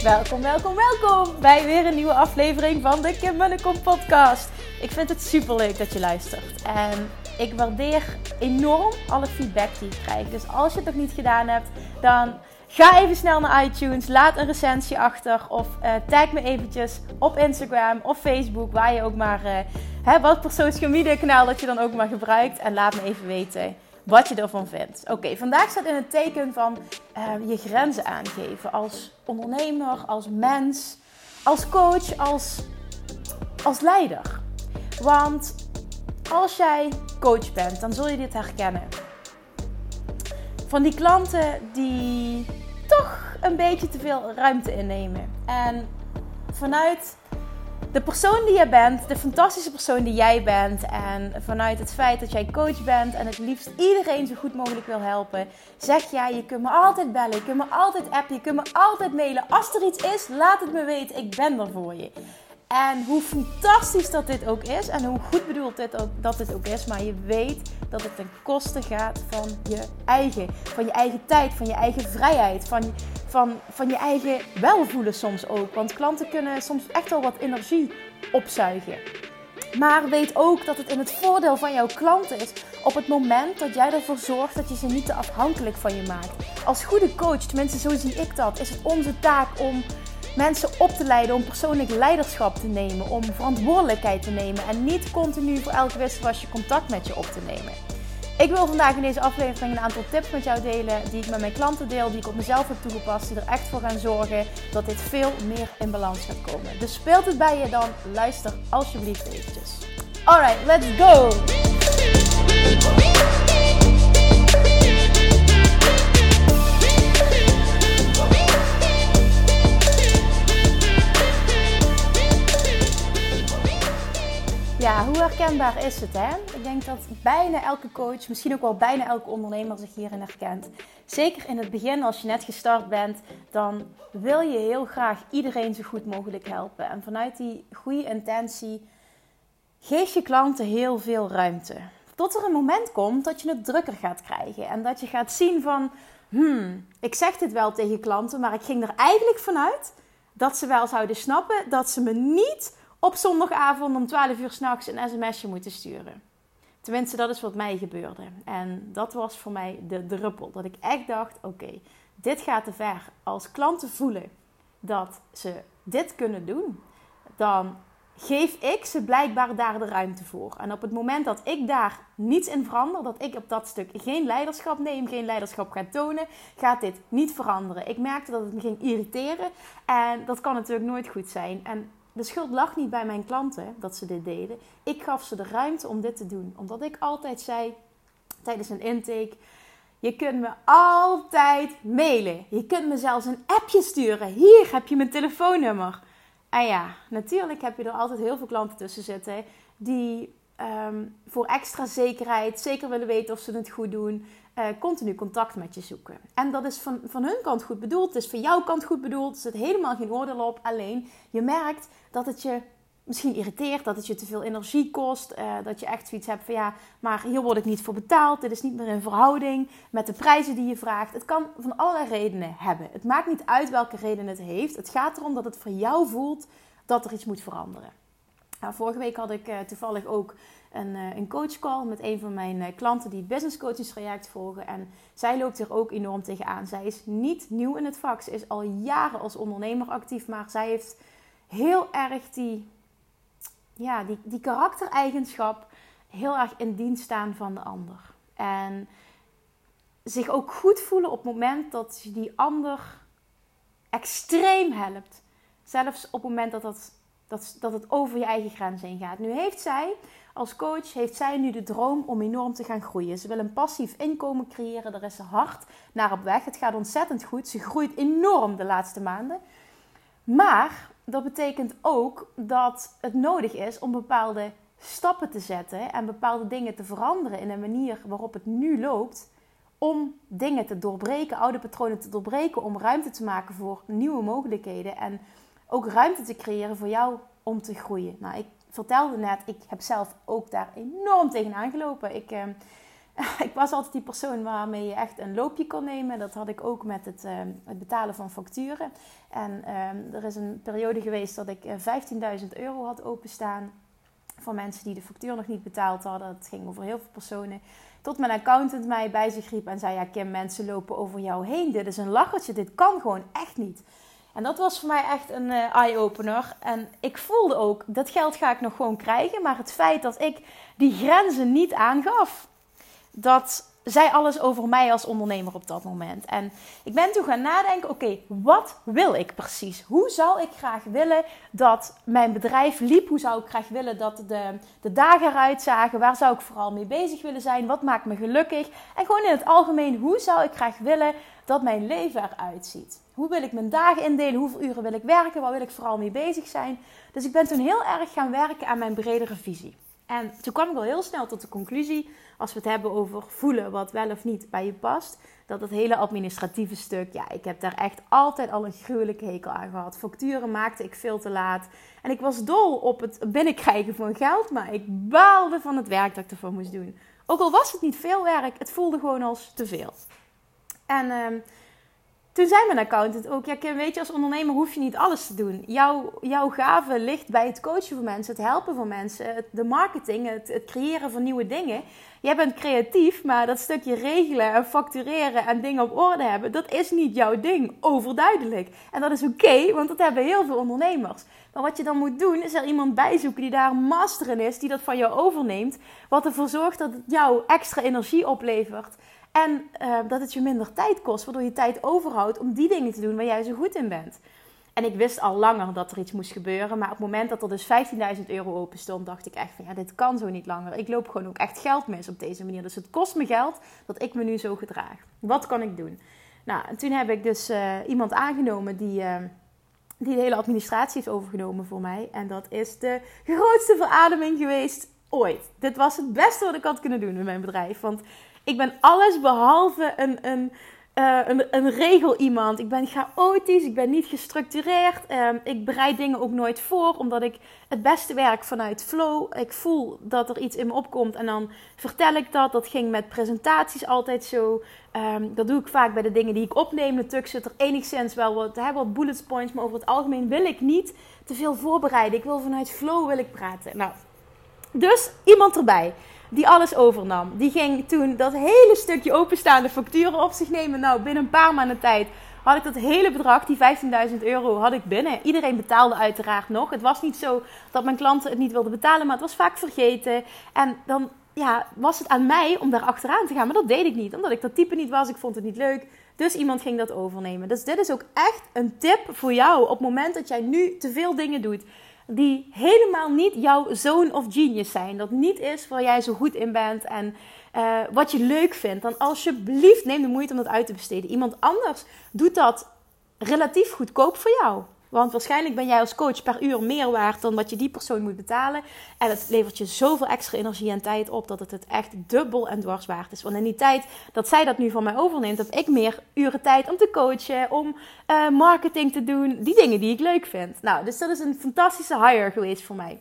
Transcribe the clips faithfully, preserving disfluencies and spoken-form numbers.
Welkom, welkom, welkom bij weer een nieuwe aflevering van de Kim Munnekom podcast. Ik vind het superleuk dat je luistert en ik waardeer enorm alle feedback die ik krijg. Dus als je het nog niet gedaan hebt, dan ga even snel naar iTunes, laat een recensie achter of uh, tag me eventjes op Instagram of Facebook, waar je ook maar, uh, hè, wat voor social media kanaal dat je dan ook maar gebruikt. En laat me even weten wat je ervan vindt. Oké, okay, vandaag staat in het teken van uh, je grenzen aangeven als ondernemer, als mens, als coach, als, als leider. Want als jij coach bent, dan zul je dit herkennen. Van die klanten die toch een beetje te veel ruimte innemen. En vanuit de persoon die jij bent, de fantastische persoon die jij bent, en vanuit het feit dat jij coach bent en het liefst iedereen zo goed mogelijk wil helpen, zeg jij, je kunt me altijd bellen, je kunt me altijd appen, je kunt me altijd mailen. Als er iets is, laat het me weten, ik ben er voor je. En hoe fantastisch dat dit ook is en hoe goed bedoeld dit ook, dat dit ook is, maar je weet dat het ten koste gaat van je eigen, van je eigen tijd, van je eigen vrijheid, van, van, van je eigen welvoelen soms ook. Want klanten kunnen soms echt wel wat energie opzuigen. Maar weet ook dat het in het voordeel van jouw klanten is op het moment dat jij ervoor zorgt dat je ze niet te afhankelijk van je maakt. Als goede coach, tenminste zo zie ik dat, is het onze taak om mensen op te leiden, om persoonlijk leiderschap te nemen, om verantwoordelijkheid te nemen en niet continu voor elk wisselwasje contact met je op te nemen. Ik wil vandaag in deze aflevering een aantal tips met jou delen die ik met mijn klanten deel, die ik op mezelf heb toegepast, die er echt voor gaan zorgen dat dit veel meer in balans gaat komen. Dus speelt het bij je dan? Luister alsjeblieft eventjes. Alright, let's go! Ja, hoe herkenbaar is het, hè? Ik denk dat bijna elke coach, misschien ook wel bijna elke ondernemer zich hierin herkent. Zeker in het begin, als je net gestart bent, dan wil je heel graag iedereen zo goed mogelijk helpen. En vanuit die goede intentie geef je klanten heel veel ruimte. Tot er een moment komt dat je het drukker gaat krijgen. En dat je gaat zien van, hmm, ik zeg dit wel tegen klanten, maar ik ging er eigenlijk vanuit dat ze wel zouden snappen dat ze me niet op zondagavond om twaalf uur 's nachts een sms'je moeten sturen. Tenminste, dat is wat mij gebeurde. En dat was voor mij de druppel. Dat ik echt dacht, oké, okay, dit gaat te ver. Als klanten voelen dat ze dit kunnen doen, dan geef ik ze blijkbaar daar de ruimte voor. En op het moment dat ik daar niets in verander, dat ik op dat stuk geen leiderschap neem, geen leiderschap ga tonen, gaat dit niet veranderen. Ik merkte dat het me ging irriteren en dat kan natuurlijk nooit goed zijn. En de schuld lag niet bij mijn klanten dat ze dit deden. Ik gaf ze de ruimte om dit te doen. Omdat ik altijd zei tijdens een intake, je kunt me altijd mailen. Je kunt me zelfs een appje sturen. Hier heb je mijn telefoonnummer. En ja, natuurlijk heb je er altijd heel veel klanten tussen zitten die um, voor extra zekerheid zeker willen weten of ze het goed doen, uh, continu contact met je zoeken. En dat is van, van hun kant goed bedoeld. Het is van jouw kant goed bedoeld. Er zit helemaal geen oordeel op. Alleen, je merkt dat het je misschien irriteert, dat het je te veel energie kost. Uh, dat je echt zoiets hebt van ja, maar hier word ik niet voor betaald. Dit is niet meer in verhouding met de prijzen die je vraagt. Het kan van allerlei redenen hebben. Het maakt niet uit welke reden het heeft. Het gaat erom dat het voor jou voelt dat er iets moet veranderen. Nou, vorige week had ik uh, toevallig ook een, uh, een coachcall met een van mijn uh, klanten die het business coachingstraject volgen. En zij loopt er ook enorm tegenaan. Zij is niet nieuw in het vak. Ze is al jaren als ondernemer actief. Maar zij heeft heel erg die, ja, die, die karaktereigenschap heel erg in dienst staan van de ander. En zich ook goed voelen op het moment dat je die ander extreem helpt. Zelfs op het moment dat dat Dat, dat het over je eigen grens heen gaat. Nu heeft zij, als coach, heeft zij nu de droom om enorm te gaan groeien. Ze wil een passief inkomen creëren. Daar is ze hard naar op weg. Het gaat ontzettend goed. Ze groeit enorm de laatste maanden. Maar dat betekent ook dat het nodig is om bepaalde stappen te zetten en bepaalde dingen te veranderen in een manier waarop het nu loopt, om dingen te doorbreken, oude patronen te doorbreken, om ruimte te maken voor nieuwe mogelijkheden en ook ruimte te creëren voor jou om te groeien. Nou, ik vertelde net, ik heb zelf ook daar enorm tegenaan gelopen. Ik, uh, ik was altijd die persoon waarmee je echt een loopje kon nemen. Dat had ik ook met het, uh, het betalen van facturen. En uh, er is een periode geweest dat ik uh, vijftienduizend euro had openstaan voor mensen die de factuur nog niet betaald hadden. Het ging over heel veel personen. Tot mijn accountant mij bij zich riep en zei: ja Kim, mensen lopen over jou heen. Dit is een lachertje, dit kan gewoon echt niet. En dat was voor mij echt een uh, eye-opener. En ik voelde ook, dat geld ga ik nog gewoon krijgen. Maar het feit dat ik die grenzen niet aangaf, dat zei alles over mij als ondernemer op dat moment. En ik ben toen gaan nadenken, oké, okay, wat wil ik precies? Hoe zou ik graag willen dat mijn bedrijf liep? Hoe zou ik graag willen dat de, de dagen eruit zagen? Waar zou ik vooral mee bezig willen zijn? Wat maakt me gelukkig? En gewoon in het algemeen, hoe zou ik graag willen dat mijn leven eruit ziet? Hoe wil ik mijn dagen indelen? Hoeveel uren wil ik werken? Waar wil ik vooral mee bezig zijn? Dus ik ben toen heel erg gaan werken aan mijn bredere visie. En toen kwam ik al heel snel tot de conclusie, als we het hebben over voelen wat wel of niet bij je past, dat het hele administratieve stuk, ja, ik heb daar echt altijd al een gruwelijke hekel aan gehad. Facturen maakte ik veel te laat. En ik was dol op het binnenkrijgen van geld, maar ik baalde van het werk dat ik ervoor moest doen. Ook al was het niet veel werk, het voelde gewoon als te veel. En Uh, Toen zei mijn accountant ook, ja Kim, weet je, als ondernemer hoef je niet alles te doen. Jouw, jouw gave ligt bij het coachen van mensen, het helpen van mensen, het, de marketing, het, het creëren van nieuwe dingen. Jij bent creatief, maar dat stukje regelen en factureren en dingen op orde hebben, dat is niet jouw ding, overduidelijk. En dat is oké, okay, want dat hebben heel veel ondernemers. Maar wat je dan moet doen, is er iemand bijzoeken die daar een master in is, die dat van jou overneemt, wat ervoor zorgt dat het jou extra energie oplevert. En uh, dat het je minder tijd kost, waardoor je tijd overhoudt om die dingen te doen waar jij zo goed in bent. En ik wist al langer dat er iets moest gebeuren. Maar op het moment dat er dus vijftienduizend euro open stond, dacht ik echt van ja, dit kan zo niet langer. Ik loop gewoon ook echt geld mis op deze manier. Dus het kost me geld dat ik me nu zo gedraag. Wat kan ik doen? Nou, en toen heb ik dus uh, iemand aangenomen die, uh, die de hele administratie heeft overgenomen voor mij. En dat is de grootste verademing geweest ooit. Dit was het beste wat ik had kunnen doen met mijn bedrijf. Want ik ben alles behalve een, een, uh, een, een regel iemand. Ik ben chaotisch, ik ben niet gestructureerd. Uh, ik bereid dingen ook nooit voor, omdat ik het beste werk vanuit flow. Ik voel dat er iets in me opkomt en dan vertel ik dat. Dat ging met presentaties altijd zo. Um, dat doe ik vaak bij de dingen die ik opneem. Natuurlijk zit er enigszins wel wat, hè, wat bullet points, maar over het algemeen wil ik niet te veel voorbereiden. Ik wil vanuit flow wil ik praten. Nou, dus iemand erbij die alles overnam. Die ging toen dat hele stukje openstaande facturen op zich nemen. Nou, binnen een paar maanden tijd had ik dat hele bedrag, die vijftienduizend euro, had ik binnen. Iedereen betaalde uiteraard nog. Het was niet zo dat mijn klanten het niet wilden betalen, maar het was vaak vergeten. En dan ja, was het aan mij om daar achteraan te gaan. Maar dat deed ik niet, omdat ik dat type niet was. Ik vond het niet leuk. Dus iemand ging dat overnemen. Dus dit is ook echt een tip voor jou op het moment dat jij nu te veel dingen doet die helemaal niet jouw zone of genius zijn. Dat niet is waar jij zo goed in bent en uh, wat je leuk vindt. Dan alsjeblieft neem de moeite om dat uit te besteden. Iemand anders doet dat relatief goedkoop voor jou. Want waarschijnlijk ben jij als coach per uur meer waard dan wat je die persoon moet betalen. En het levert je zoveel extra energie en tijd op dat het het echt dubbel en dwars waard is. Want in die tijd dat zij dat nu van mij overneemt, heb ik meer uren tijd om te coachen, om uh, marketing te doen. Die dingen die ik leuk vind. Nou, dus dat is een fantastische hire geweest voor mij.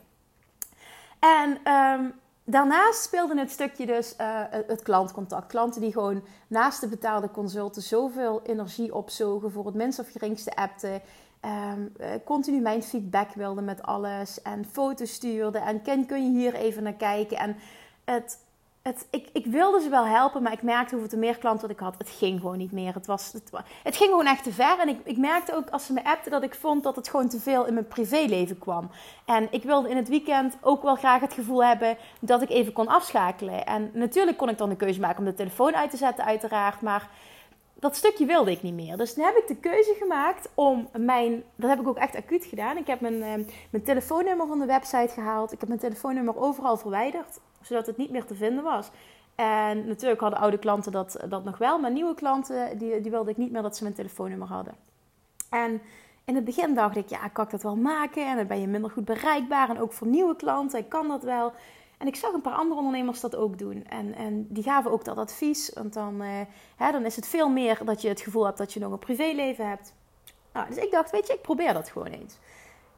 En Um, daarnaast speelde het stukje dus uh, het klantcontact. Klanten die gewoon naast de betaalde consulten zoveel energie opzogen, voor het minst of geringste appten. Um, uh, continu mijn feedback wilden met alles. En foto's stuurden. En Ken, kun je hier even naar kijken? En het, het, ik, ik wilde ze wel helpen, maar ik merkte hoeveel te meer klanten dat ik had. Het ging gewoon niet meer. Het, was, het, het ging gewoon echt te ver. En ik, ik merkte ook als ze me appten dat ik vond dat het gewoon te veel in mijn privéleven kwam. En ik wilde in het weekend ook wel graag het gevoel hebben dat ik even kon afschakelen. En natuurlijk kon ik dan de keuze maken om de telefoon uit te zetten, uiteraard. Maar dat stukje wilde ik niet meer. Dus toen heb ik de keuze gemaakt om mijn... Dat heb ik ook echt acuut gedaan. Ik heb mijn, uh, mijn telefoonnummer van de website gehaald. Ik heb mijn telefoonnummer overal verwijderd, zodat het niet meer te vinden was. En natuurlijk hadden oude klanten dat, dat nog wel. Maar nieuwe klanten, die, die wilde ik niet meer dat ze mijn telefoonnummer hadden. En in het begin dacht ik, ja, kan ik dat wel maken? En dan ben je minder goed bereikbaar. En ook voor nieuwe klanten, ik kan dat wel. En ik zag een paar andere ondernemers dat ook doen. En, en die gaven ook dat advies. Want dan, uh, hè, dan is het veel meer dat je het gevoel hebt dat je nog een privéleven hebt. Nou, dus ik dacht, weet je, ik probeer dat gewoon eens.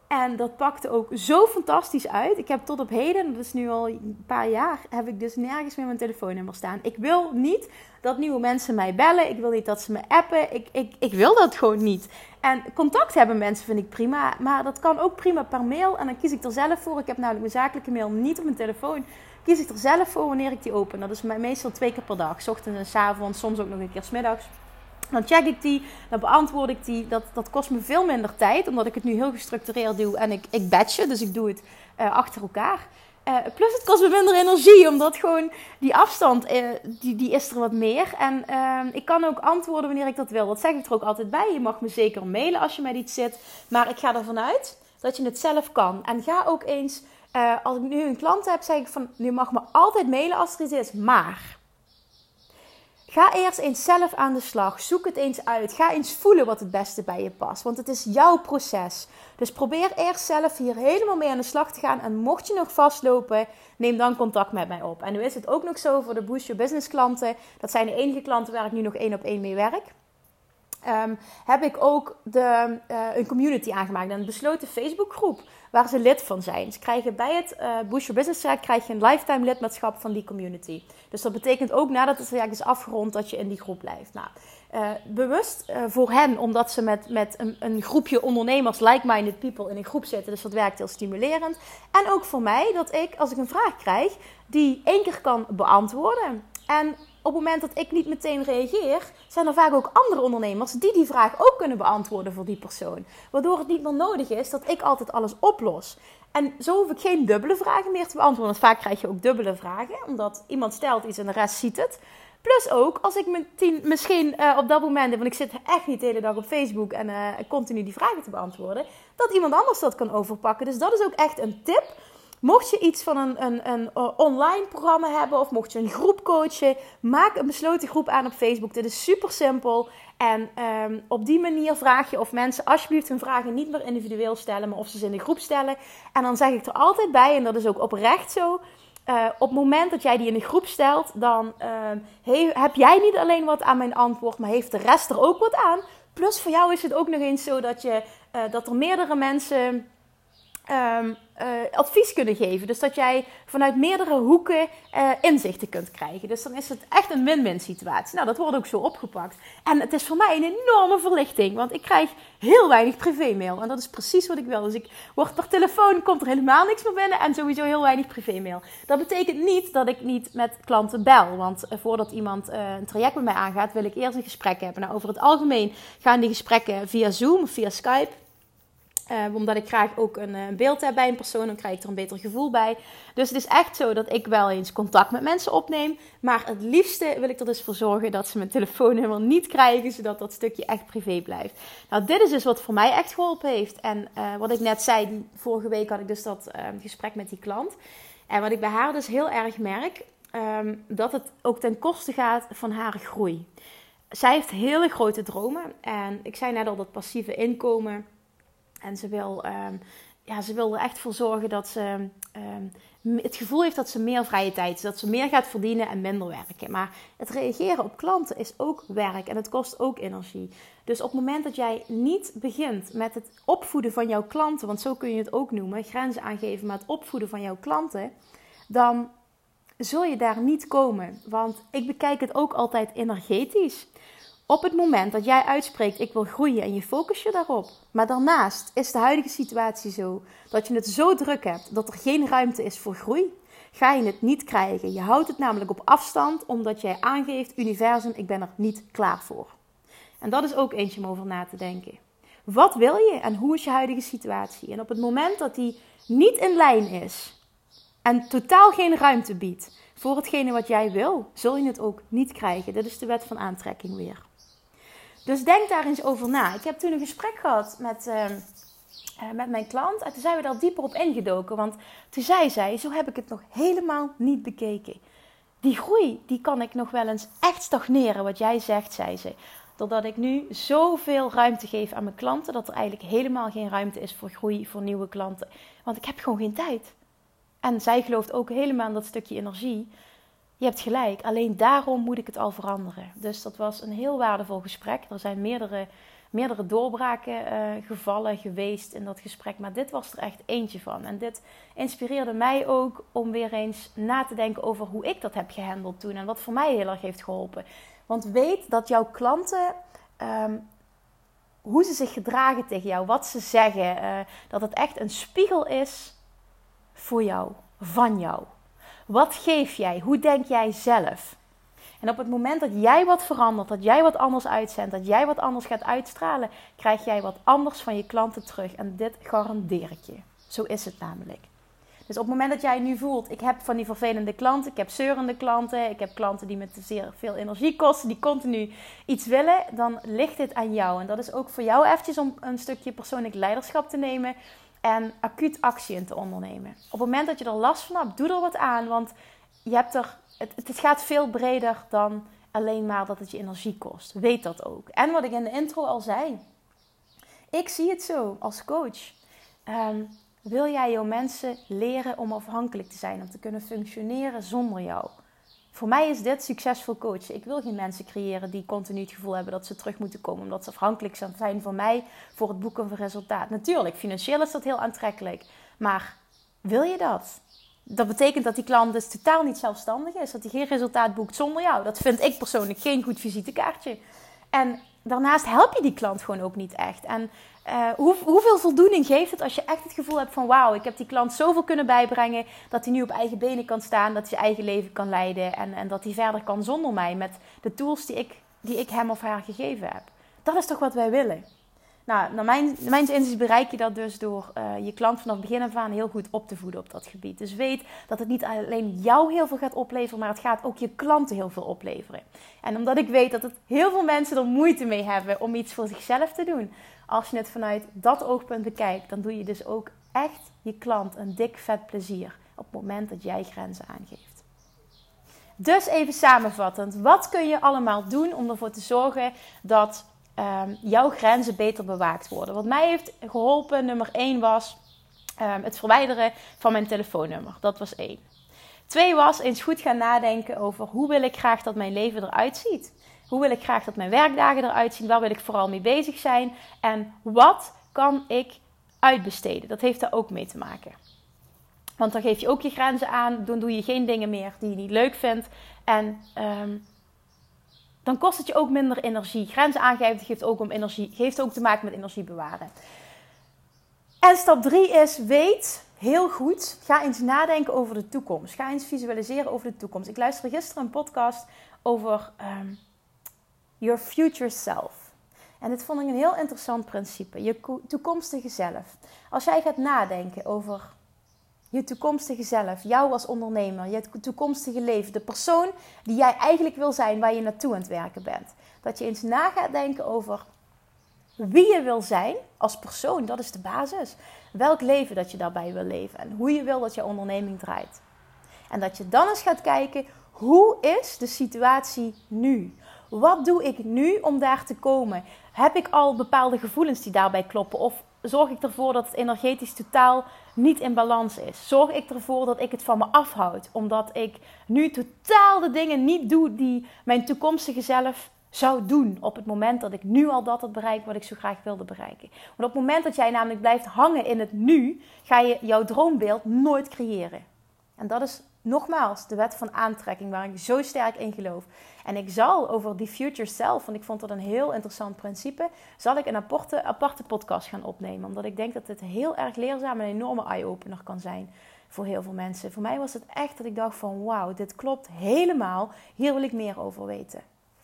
En dat pakte ook zo fantastisch uit. Ik heb tot op heden, dat is nu al een paar jaar, heb ik dus nergens meer mijn telefoonnummer staan. Ik wil niet dat nieuwe mensen mij bellen. Ik wil niet dat ze me appen. Ik, ik, ik wil dat gewoon niet. En contact hebben mensen vind ik prima. Maar dat kan ook prima per mail. En dan kies ik er zelf voor. Ik heb namelijk mijn zakelijke mail niet op mijn telefoon. Kies ik er zelf voor wanneer ik die open. Dat is meestal twee keer per dag. 's Ochtends en 's avonds. Soms ook nog een keer 's middags. Dan check ik die, dan beantwoord ik die. Dat, dat kost me veel minder tijd, omdat ik het nu heel gestructureerd doe. En ik, ik batche, dus ik doe het uh, achter elkaar. Uh, plus het kost me minder energie, omdat gewoon die afstand, uh, die, die is er wat meer. En uh, ik kan ook antwoorden wanneer ik dat wil. Dat zeg ik er ook altijd bij. Je mag me zeker mailen als je met iets zit. Maar ik ga ervan uit dat je het zelf kan. En ga ook eens, uh, als ik nu een klant heb, zeg ik van, je mag me altijd mailen als er iets is. Maar ga eerst eens zelf aan de slag. Zoek het eens uit. Ga eens voelen wat het beste bij je past. Want het is jouw proces. Dus probeer eerst zelf hier helemaal mee aan de slag te gaan. En mocht je nog vastlopen, neem dan contact met mij op. En nu is het ook nog zo voor de Boost Your Business klanten. Dat zijn de enige klanten waar ik nu nog één op één mee werk. Um, heb ik ook de, uh, een community aangemaakt. Een besloten Facebookgroep waar ze lid van zijn. Ze krijgen bij het uh, Boost Your Business traject krijg je een lifetime lidmaatschap van die community. Dus dat betekent ook nadat het traject is afgerond dat je in die groep blijft. Nou, uh, bewust uh, voor hen, omdat ze met, met een, een groepje ondernemers, like-minded people in een groep zitten. Dus dat werkt heel stimulerend. En ook voor mij dat ik, als ik een vraag krijg, die één keer kan beantwoorden. En op het moment dat ik niet meteen reageer, zijn er vaak ook andere ondernemers die die vraag ook kunnen beantwoorden voor die persoon. Waardoor het niet meer nodig is dat ik altijd alles oplos. En zo hoef ik geen dubbele vragen meer te beantwoorden. Want vaak krijg je ook dubbele vragen, omdat iemand stelt iets en de rest ziet het. Plus ook, als ik me tien, misschien uh, op dat moment, want ik zit echt niet de hele dag op Facebook en uh, continu die vragen te beantwoorden, dat iemand anders dat kan overpakken. Dus dat is ook echt een tip. Mocht je iets van een, een, een online programma hebben of mocht je een groep coachen, maak een besloten groep aan op Facebook. Dit is super simpel. En um, op die manier vraag je of mensen alsjeblieft hun vragen niet meer individueel stellen, maar of ze ze in de groep stellen. En dan zeg ik er altijd bij, en dat is ook oprecht zo, uh, op het moment dat jij die in de groep stelt, dan uh, he, heb jij niet alleen wat aan mijn antwoord, maar heeft de rest er ook wat aan. Plus voor jou is het ook nog eens zo dat, je, uh, dat er meerdere mensen Um, uh, advies kunnen geven. Dus dat jij vanuit meerdere hoeken uh, inzichten kunt krijgen. Dus dan is het echt een win-win situatie. Nou, dat wordt ook zo opgepakt. En het is voor mij een enorme verlichting. Want ik krijg heel weinig privémail. En dat is precies wat ik wil. Dus ik word per telefoon, komt er helemaal niks meer binnen. En sowieso heel weinig privémail. Dat betekent niet dat ik niet met klanten bel. Want uh, voordat iemand uh, een traject met mij aangaat, wil ik eerst een gesprek hebben. Nou, over het algemeen gaan die gesprekken via Zoom of via Skype. Uh, omdat ik graag ook een uh, beeld heb bij een persoon, dan krijg ik er een beter gevoel bij. Dus het is echt zo dat ik wel eens contact met mensen opneem. Maar het liefste wil ik er dus voor zorgen dat ze mijn telefoonnummer niet krijgen, zodat dat stukje echt privé blijft. Nou, dit is dus wat voor mij echt geholpen heeft. En uh, wat ik net zei, die, vorige week had ik dus dat uh, gesprek met die klant. En wat ik bij haar dus heel erg merk, um, dat het ook ten koste gaat van haar groei. Zij heeft hele grote dromen. En ik zei net al, dat passieve inkomen. En ze wil, um, ja, ze wil er echt voor zorgen dat ze um, het gevoel heeft dat ze meer vrije tijd is. Dat ze meer gaat verdienen en minder werken. Maar het reageren op klanten is ook werk en het kost ook energie. Dus op het moment dat jij niet begint met het opvoeden van jouw klanten, want zo kun je het ook noemen, grenzen aangeven, maar het opvoeden van jouw klanten, dan zul je daar niet komen. Want ik bekijk het ook altijd energetisch. Op het moment dat jij uitspreekt, ik wil groeien en je focus je daarop. Maar daarnaast is de huidige situatie zo dat je het zo druk hebt dat er geen ruimte is voor groei. Ga je het niet krijgen. Je houdt het namelijk op afstand omdat jij aangeeft, universum, ik ben er niet klaar voor. En dat is ook eentje om over na te denken. Wat wil je en hoe is je huidige situatie? En op het moment dat die niet in lijn is en totaal geen ruimte biedt voor hetgene wat jij wil, zul je het ook niet krijgen. Dit is de wet van aantrekking weer. Dus denk daar eens over na. Ik heb toen een gesprek gehad met, uh, uh, met mijn klant. En toen zijn we daar dieper op ingedoken. Want toen zei zij, zo heb ik het nog helemaal niet bekeken. Die groei, die kan ik nog wel eens echt stagneren. Wat jij zegt, zei ze. Doordat ik nu zoveel ruimte geef aan mijn klanten. Dat er eigenlijk helemaal geen ruimte is voor groei, voor nieuwe klanten. Want ik heb gewoon geen tijd. En zij gelooft ook helemaal in dat stukje energie. Je hebt gelijk, alleen daarom moet ik het al veranderen. Dus dat was een heel waardevol gesprek. Er zijn meerdere meerdere doorbraken uh, gevallen geweest in dat gesprek. Maar dit was er echt eentje van. En dit inspireerde mij ook om weer eens na te denken over hoe ik dat heb gehandeld toen. En wat voor mij heel erg heeft geholpen. Want weet dat jouw klanten, um, hoe ze zich gedragen tegen jou, wat ze zeggen, uh, dat het echt een spiegel is voor jou, van jou. Wat geef jij? Hoe denk jij zelf? En op het moment dat jij wat verandert, dat jij wat anders uitzendt, dat jij wat anders gaat uitstralen, krijg jij wat anders van je klanten terug. En dit garandeer ik je. Zo is het namelijk. Dus op het moment dat jij nu voelt, ik heb van die vervelende klanten, ik heb zeurende klanten, ik heb klanten die me te zeer veel energie kosten, die continu iets willen, dan ligt dit aan jou. En dat is ook voor jou eventjes om een stukje persoonlijk leiderschap te nemen en acuut actie in te ondernemen. Op het moment dat je er last van hebt, doe er wat aan, want je hebt er, het, het gaat veel breder dan alleen maar dat het je energie kost. Weet dat ook. En wat ik in de intro al zei, ik zie het zo als coach. Um, wil jij jouw mensen leren om afhankelijk te zijn, om te kunnen functioneren zonder jou? Voor mij is dit succesvol coachen. Ik wil geen mensen creëren die continu het gevoel hebben dat ze terug moeten komen, omdat ze afhankelijk zijn van mij voor het boeken van resultaat. Natuurlijk, financieel is dat heel aantrekkelijk. Maar wil je dat? Dat betekent dat die klant dus totaal niet zelfstandig is. Dat hij geen resultaat boekt zonder jou. Dat vind ik persoonlijk geen goed visitekaartje. En daarnaast help je die klant gewoon ook niet echt. En uh, hoe, hoeveel voldoening geeft het als je echt het gevoel hebt van wauw, ik heb die klant zoveel kunnen bijbrengen dat hij nu op eigen benen kan staan, dat hij zijn eigen leven kan leiden en, en dat hij verder kan zonder mij met de tools die ik, die ik hem of haar gegeven heb. Dat is toch wat wij willen? Nou, naar mijn, naar mijn inzicht bereik je dat dus door uh, je klant vanaf begin af aan heel goed op te voeden op dat gebied. Dus weet dat het niet alleen jou heel veel gaat opleveren, maar het gaat ook je klanten heel veel opleveren. En omdat ik weet dat het heel veel mensen er moeite mee hebben om iets voor zichzelf te doen. Als je het vanuit dat oogpunt bekijkt, dan doe je dus ook echt je klant een dik vet plezier op het moment dat jij grenzen aangeeft. Dus even samenvattend, wat kun je allemaal doen om ervoor te zorgen dat Um, jouw grenzen beter bewaakt worden? Wat mij heeft geholpen, nummer één was um, het verwijderen van mijn telefoonnummer. Dat was één. Twee was eens goed gaan nadenken over hoe wil ik graag dat mijn leven eruit ziet. Hoe wil ik graag dat mijn werkdagen eruit zien? Waar wil ik vooral mee bezig zijn? En wat kan ik uitbesteden? Dat heeft daar ook mee te maken. Want dan geef je ook je grenzen aan. Dan doe je geen dingen meer die je niet leuk vindt. En um, dan kost het je ook minder energie. Grenzen aangeven geeft ook, om energie, geeft ook te maken met energie bewaren. En stap drie is, weet heel goed, ga eens nadenken over de toekomst. Ga eens visualiseren over de toekomst. Ik luisterde gisteren een podcast over um, your future self. En dit vond ik een heel interessant principe. Je toekomstige zelf. Als jij gaat nadenken over je toekomstige zelf, jou als ondernemer, je toekomstige leven, de persoon die jij eigenlijk wil zijn, waar je naartoe aan het werken bent. Dat je eens na gaat denken over wie je wil zijn als persoon, dat is de basis. Welk leven dat je daarbij wil leven en hoe je wil dat je onderneming draait. En dat je dan eens gaat kijken, hoe is de situatie nu? Wat doe ik nu om daar te komen? Heb ik al bepaalde gevoelens die daarbij kloppen? Of zorg ik ervoor dat het energetisch totaal niet in balans is? Zorg ik ervoor dat ik het van me afhoud? Omdat ik nu totaal de dingen niet doe die mijn toekomstige zelf zou doen. Op het moment dat ik nu al dat het bereik wat ik zo graag wilde bereiken. Want op het moment dat jij namelijk blijft hangen in het nu, ga je jouw droombeeld nooit creëren. En dat is nogmaals de wet van aantrekking waar ik zo sterk in geloof. En ik zal over die future self, want ik vond dat een heel interessant principe, zal ik een aparte, aparte podcast gaan opnemen. Omdat ik denk dat het heel erg leerzaam en een enorme eye-opener kan zijn voor heel veel mensen. Voor mij was het echt dat ik dacht van wauw, dit klopt helemaal. Hier wil ik meer over weten.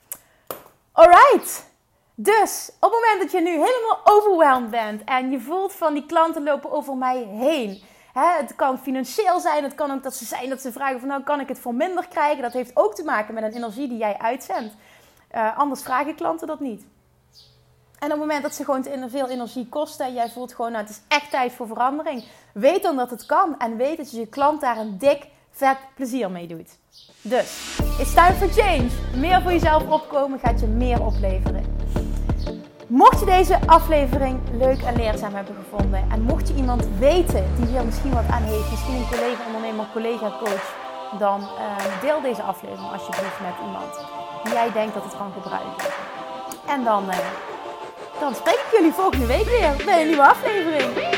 Alright! Dus op het moment dat je nu helemaal overwhelmed bent en je voelt van die klanten lopen over mij heen. Hè, het kan financieel zijn, het kan ook dat ze zijn dat ze vragen van nou kan ik het voor minder krijgen. Dat heeft ook te maken met een energie die jij uitzendt. Uh, anders vragen klanten dat niet. En op het moment dat ze gewoon te veel energie kosten en jij voelt gewoon nou het is echt tijd voor verandering. Weet dan dat het kan en weet dat je je klant daar een dik vet plezier mee doet. Dus, it's time for change. Meer voor jezelf opkomen gaat je meer opleveren. Mocht je deze aflevering leuk en leerzaam hebben gevonden en mocht je iemand weten die hier misschien wat aan heeft, misschien een collega-ondernemer, collega-coach, dan uh, deel deze aflevering alsjeblieft met iemand die jij denkt dat het kan gebruiken. En dan uh, dan spreek ik jullie volgende week weer bij een nieuwe aflevering.